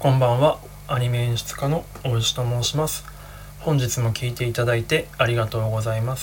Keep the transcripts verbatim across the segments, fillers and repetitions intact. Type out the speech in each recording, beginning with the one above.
こんばんは。アニメ演出家の大石と申します。本日も聞いていただいてありがとうございます。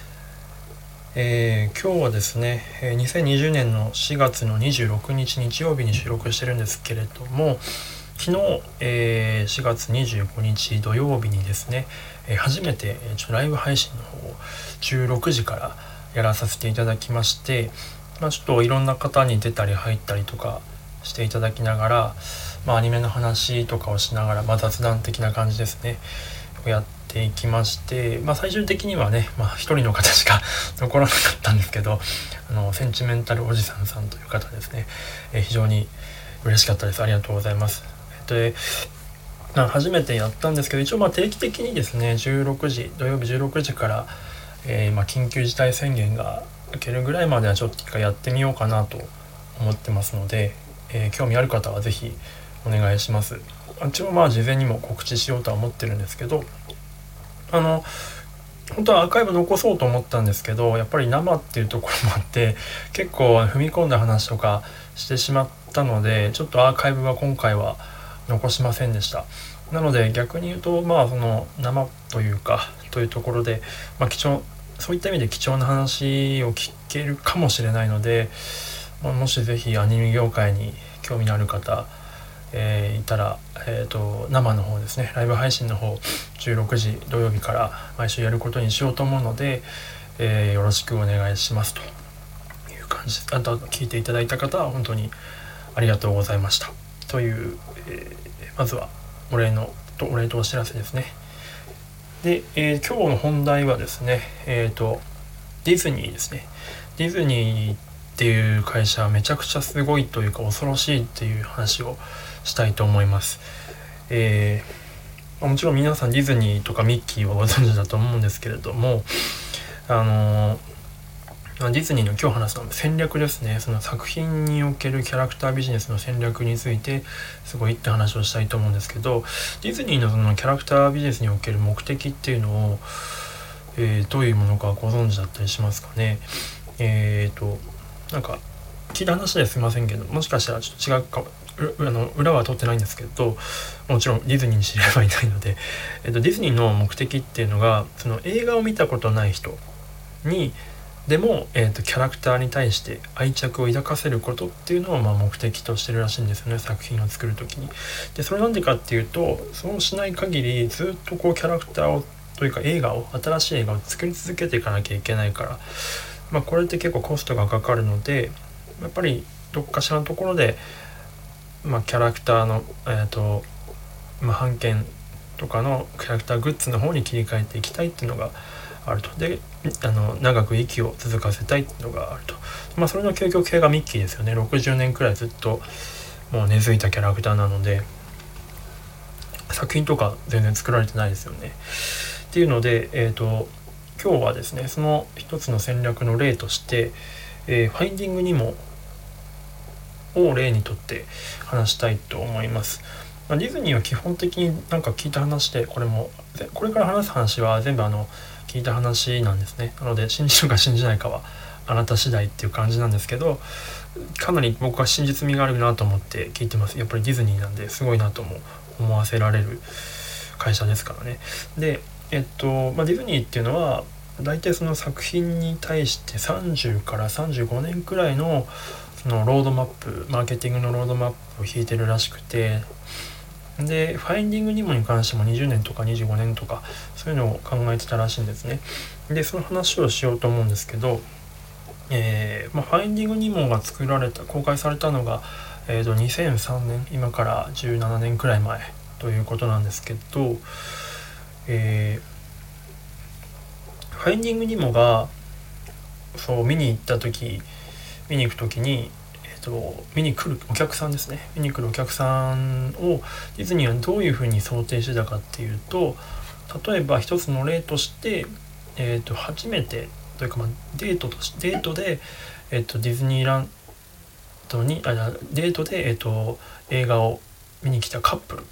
えー、今日はですねにせんにじゅうねんのしがつのにじゅうろくにち日曜日に収録してるんですけれども、昨日、えー、しがつにじゅうごにち土曜日にですね、えー、初めてちょっとライブ配信の方をじゅうろくじからやらさせていただきまして、まあ、ちょっといろんな方に出たり入ったりとかしていただきながら、まあ、アニメの話とかをしながら、まあ、雑談的な感じですねやっていきまして、まあ、最終的にはね、まあ、一人の方しか残らなかったんですけど、あのセンチメンタルおじさんさんという方ですね、えー、非常に嬉しかったです。ありがとうございます。で、まあ、初めてやったんですけど、一応まあ定期的にですねじゅうろくじ土曜日じゅうろくじから、えー、まあ緊急事態宣言が明けるぐらいまではちょっと一回やってみようかなと思ってますので、えー、興味ある方はぜひお願いします。一応まあ事前にも告知しようとは思ってるんですけど、あの本当はアーカイブ残そうと思ったんですけど、やっぱり生っていうところもあって結構踏み込んだ話とかしてしまったので、ちょっとアーカイブは今回は残しませんでした。なので逆に言うと、まあその生というかというところで、まあ、貴重そういった意味で貴重な話を聞けるかもしれないので、まあ、もしぜひアニメ業界に興味のある方、えー、いたら、えーと、生の方ですね、ライブ配信の方じゅうろくじ土曜日から毎週やることにしようと思うので、えー、よろしくお願いしますという感じです。あと聞いていただいた方は本当にありがとうございましたという、えー、まずはお礼のとお礼とお知らせですね。で、えー、今日の本題はですね、えーとディズニーですね。ディズニーっていう会社はめちゃくちゃすごいというか恐ろしいっていう話をしたいと思います。えー、もちろん皆さんディズニーとかミッキーはご存知だと思うんですけれども、あのー、ディズニーの今日話すのは戦略ですね。その作品におけるキャラクタービジネスの戦略についてすごいって話をしたいと思うんですけど、ディズニーのそのキャラクタービジネスにおける目的っていうのを、えー、どういうものかご存知だったりしますかね。えーとなんか聞いた話ですいませんけど、もしかしたらちょっと違うかあの裏は取ってないんですけど、もちろんディズニーに知り合いはいないので、えっと、ディズニーの目的っていうのが、その映画を見たことない人にでも、えっと、キャラクターに対して愛着を抱かせることっていうのを、まあ、目的としてるらしいんですよね、作品を作るときに。でそれなんでかっていうと、そうしない限りずっとこうキャラクターをというか映画を新しい映画を作り続けていかなきゃいけないから、まあ、これって結構コストがかかるので、やっぱりどっかしらのところで、まあ、キャラクターの、えーとまあ、版権とかのキャラクターグッズの方に切り替えていきたいっていうのがあると。であの長く息を続かせたいっていうのがあると。まあそれの究極系がミッキーですよね。ろくじゅうねんくらいずっともう根付いたキャラクターなので、作品とか全然作られてないですよねっていうので、えーと今日はですね、その一つの戦略の例として、えー、ファインディングニモを例にとって話したいと思います。まあ、ディズニーは基本的になんか聞いた話で、これもこれから話す話は全部あの聞いた話なんですね。なので信じるか信じないかはあなた次第っていう感じなんですけど、かなり僕は真実味があるなと思って聞いてます。やっぱりディズニーなんですごいなとも思わせられる会社ですからね。でえっと、まあ、ディズニーっていうのは大体その作品に対してさんじゅうからさんじゅうごねんくらいのそのロードマップ、マーケティングのロードマップを引いてるらしくて、でファインディングニモに関してもにじゅうねんとかにじゅうごねんとかそういうのを考えてたらしいんですね。でその話をしようと思うんですけど、えーまあ、ファインディングニモが作られた公開されたのが、えー、とにせんさんねん、今からじゅうななねんくらい前ということなんですけど、えー、ファインディングニモがそう見に行った時見に行く時に、えー、と見に来るお客さんですね見に来るお客さんをディズニーはどういうふうに想定してたかっていうと、例えば一つの例として、えー、と初めてというか、まあ、デートとしてデートで、えー、とディズニーランドにあデートで、えー、と映画を見に来たカップル、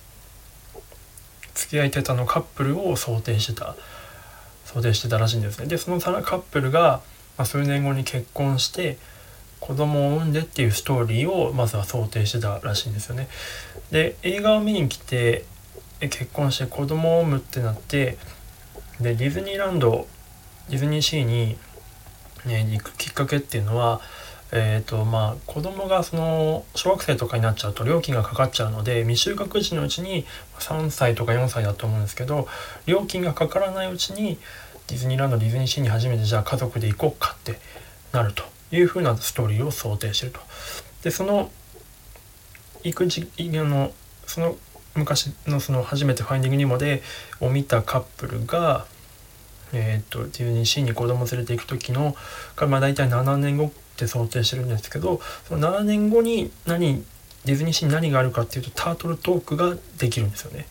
付き合いてたのカップルを想定してた想定してたらしいんですね。でそのカップルが、まあ、数年後に結婚して子供を産んでっていうストーリーをまずは想定してたらしいんですよね。で映画を見に来て結婚して子供を産むってなって、でディズニーランドディズニーシーに、ね、行くきっかけっていうのは、えーとまあ、子供がその小学生とかになっちゃうと料金がかかっちゃうので、未就学児のうちにさんさいとかよんさいだと思うんですけど、料金がかからないうちにディズニーランドディズニーシーに初めてじゃあ家族で行こうかってなるという風なストーリーを想定してると。でその行くじあのその昔のその初めてファインディングニモでを見たカップルが、えー、とディズニーシーに子供連れて行く時のが、まあ、大体ななねんごって想定してるんですけど、そのななねんごに何ディズニーシーに何があるかっていうとタートルトークができるんですよね。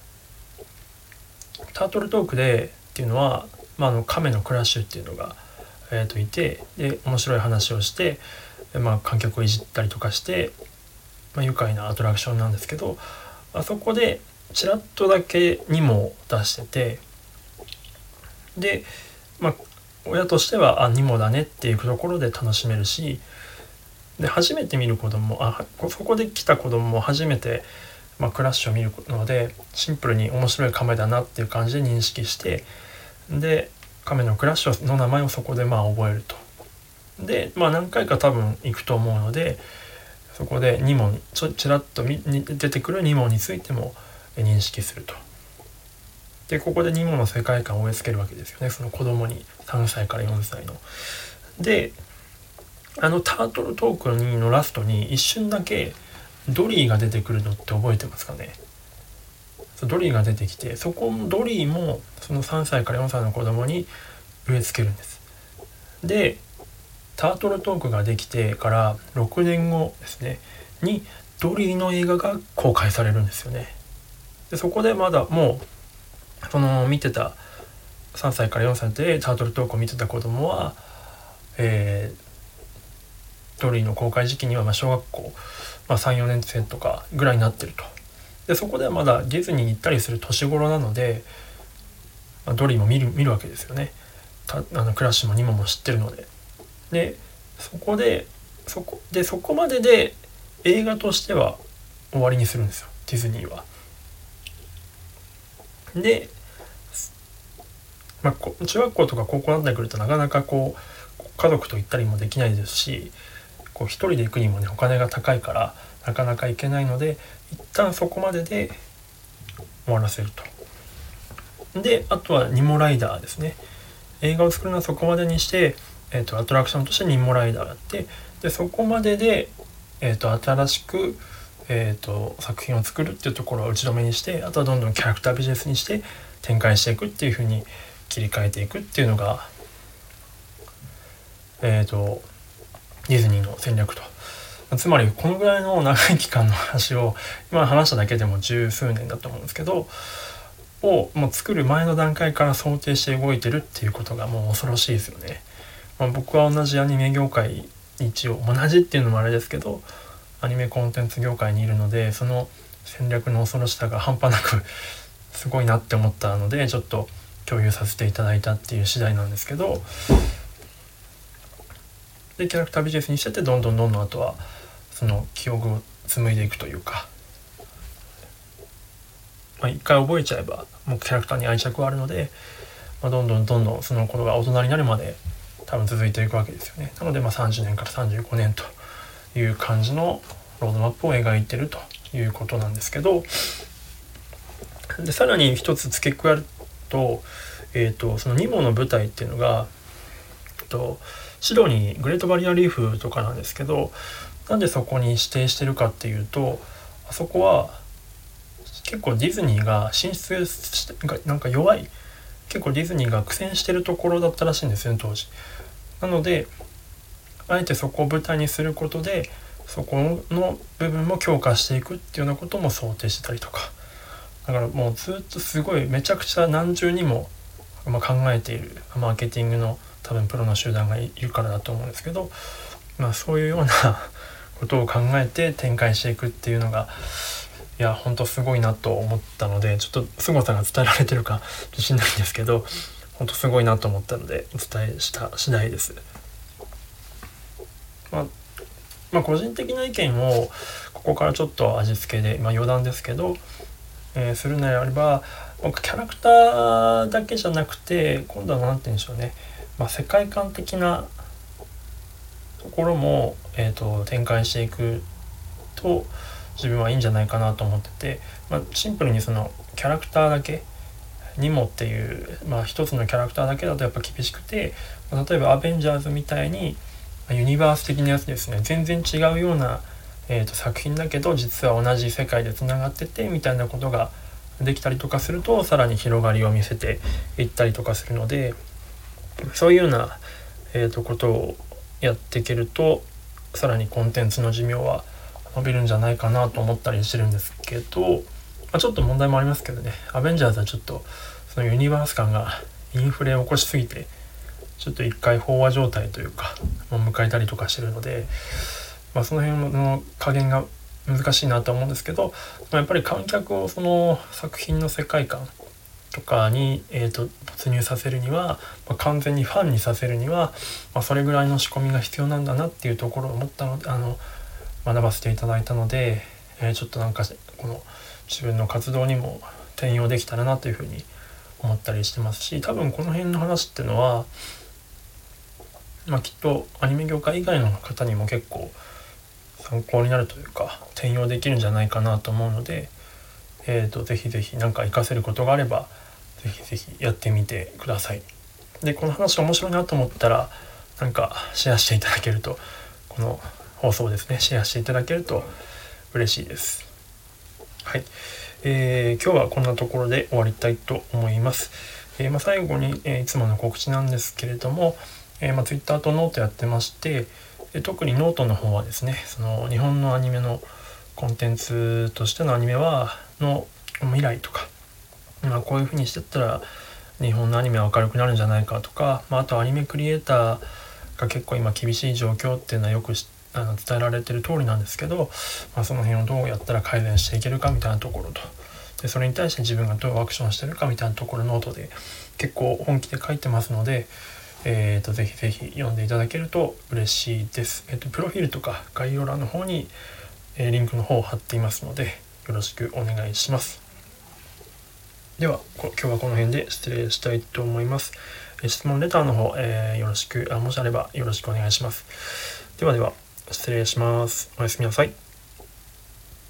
タートルトークでっていうのは、まあ、あの亀のクラッシュっていうのが、えー、といて、で面白い話をして、まあ、観客をいじったりとかして、まあ、愉快なアトラクションなんですけど、あそこでちらっとだけニモを出してて、で、まあ、親としてはあニモだねっていうところで楽しめるし、で初めて見る子供あそこで来た子供も初めて、まあ、クラッシュを見るのでシンプルに面白い亀だなっていう感じで認識して、で亀のクラッシュの名前をそこでまあ覚えると。で、まあ、何回か多分行くと思うので、そこでニモにちょちらっとみ出てくるニモについても認識すると。でここでニモの世界観を植え付けるわけですよね、その子供にさんさいからよんさいの。であのタートルトークのラストに一瞬だけドリーが出てくるのって覚えてますかね。ドリーが出てきて、そこドリーもそのさんさいからよんさいの子供に植え付けるんです。でタートルトークができてからろくねんごですねにドリーの映画が公開されるんですよね。でそこでまだもうその見てたさんさいからよんさいでタートルトークを見てた子供は、えー、ドリーの公開時期にはまあ小学校、まあ、さんよねん生とかぐらいになってると。でそこではまだディズニーに行ったりする年頃なので、まあ、ドリーも見る見るわけですよね。たあのクラッシュもニモも知ってるので。でそこでそこでそこまでで映画としては終わりにするんですよ、ディズニーは。で、まあ、中学校とか高校になってくるとなかなかこう家族と行ったりもできないですし、こう一人で行くにもねお金が高いからなかなか行けないので、一旦そこまでで終わらせると。であとはニモライダーですね。映画を作るのはそこまでにして、えー、とアトラクションとしてニモライダーがあって、でそこまでで、えー、と新しく、えー、と作品を作るっていうところを打ち止めにして、あとはどんどんキャラクタービジネスにして展開していくっていう風に切り替えていくっていうのが、えー、とディズニーの戦略と。つまりこのぐらいの長い期間の話を今話しただけでも十数年だと思うんですけどをもう作る前の段階から想定して動いてるっていうことがもう恐ろしいですよね。まあ、僕は同じアニメ業界に一応同じっていうのもあれですけどアニメコンテンツ業界にいるので、その戦略の恐ろしさが半端なくすごいなって思ったのでちょっと共有させていただいたっていう次第なんですけど、でキャラクタービジネスにしててどんどんどんどんあとはその記憶を紡いでいくというか、まあ、一回覚えちゃえばもうキャラクターに愛着はあるので、まあ、どんどんどんどんそのことが大人になるまで多分続いていくわけですよね。なのでまあさんじゅうねんからさんじゅうごねんという感じのロードマップを描いてるということなんですけど、でさらに一つ付け加えると、えー、とそのニモの舞台っていうのが、えっと、シドニーグレートバリアリーフとかなんですけど、なんでそこに指定してるかっていうと、あそこは結構ディズニーが進出してなんか弱い、結構ディズニーが苦戦してるところだったらしいんですよね当時。なのであえてそこを舞台にすることでそこの部分も強化していくっていうようなことも想定してたりとか、だからもうずっとすごいめちゃくちゃ何重にも考えているマーケティングの多分プロの集団がいるからだと思うんですけど、まあそういうようなことを考えて展開していくっていうのがいや本当すごいなと思ったので、ちょっと凄さが伝えられてるか自信ないんですけど本当すごいなと思ったのでお伝えした次第です。まあまあ個人的な意見をここからちょっと味付けで、まあ、余談ですけど、えー、するのであれば、僕キャラクターだけじゃなくて今度は何て言うんでしょうね、まあ、世界観的なところも、えーと、展開していくと自分はいいんじゃないかなと思ってて、まあ、シンプルにそのキャラクターだけにもっていう、まあ、一つのキャラクターだけだとやっぱ厳しくて、まあ、例えばアベンジャーズみたいにユニバース的なやつですね、全然違うような、えーと、作品だけど実は同じ世界でつながっててみたいなことができたりとかするとさらに広がりを見せていったりとかするので、そういうような、えーと、ことをやっていけるとさらにコンテンツの寿命は伸びるんじゃないかなと思ったりしてるんですけど、まあ、ちょっと問題もありますけどね、アベンジャーズはちょっとそのユニバース感がインフレを起こしすぎてちょっと一回飽和状態というかもう迎えたりとかしてるので、まあ、その辺の加減が難しいなと思うんですけど、やっぱり観客をその作品の世界観とかに、えー、と没入させるには、まあ、完全にファンにさせるには、まあ、それぐらいの仕込みが必要なんだなっていうところを思ったので、あの学ばせていただいたので、えー、ちょっとなんかこの自分の活動にも転用できたらなというふうに思ったりしてますし、多分この辺の話っていうのは、まあ、きっとアニメ業界以外の方にも結構参考になるというか転用できるんじゃないかなと思うので、えーと、ぜひぜひ何か活かせることがあればぜひぜひやってみてください。でこの話面白いなと思ったらなんかシェアしていただけると、この放送をですねシェアしていただけると嬉しいです。はい、えー、今日はこんなところで終わりたいと思います。えーまあ、最後に、えー、いつもの告知なんですけれども、えーまあ、Twitter とノートやってまして、特にノートの方はですね、その日本のアニメのコンテンツとしてのアニメはの未来とか、まあ、こういう風にしてったら日本のアニメは明るくなるんじゃないかとか、まあ、あとアニメクリエイターが結構今厳しい状況っていうのはよくあの伝えられてる通りなんですけど、まあ、その辺をどうやったら改善していけるかみたいなところと、でそれに対して自分がどうアクションしてるかみたいなところノートで結構本気で書いてますので、えー、とぜひぜひ読んでいただけると嬉しいです。えー、とプロフィールとか概要欄の方に、えー、リンクの方を貼っていますのでよろしくお願いします。では今日はこの辺で失礼したいと思います。えー、質問レターの方、えー、よろしくあもしあればよろしくお願いします。ではでは失礼します。おやすみなさい。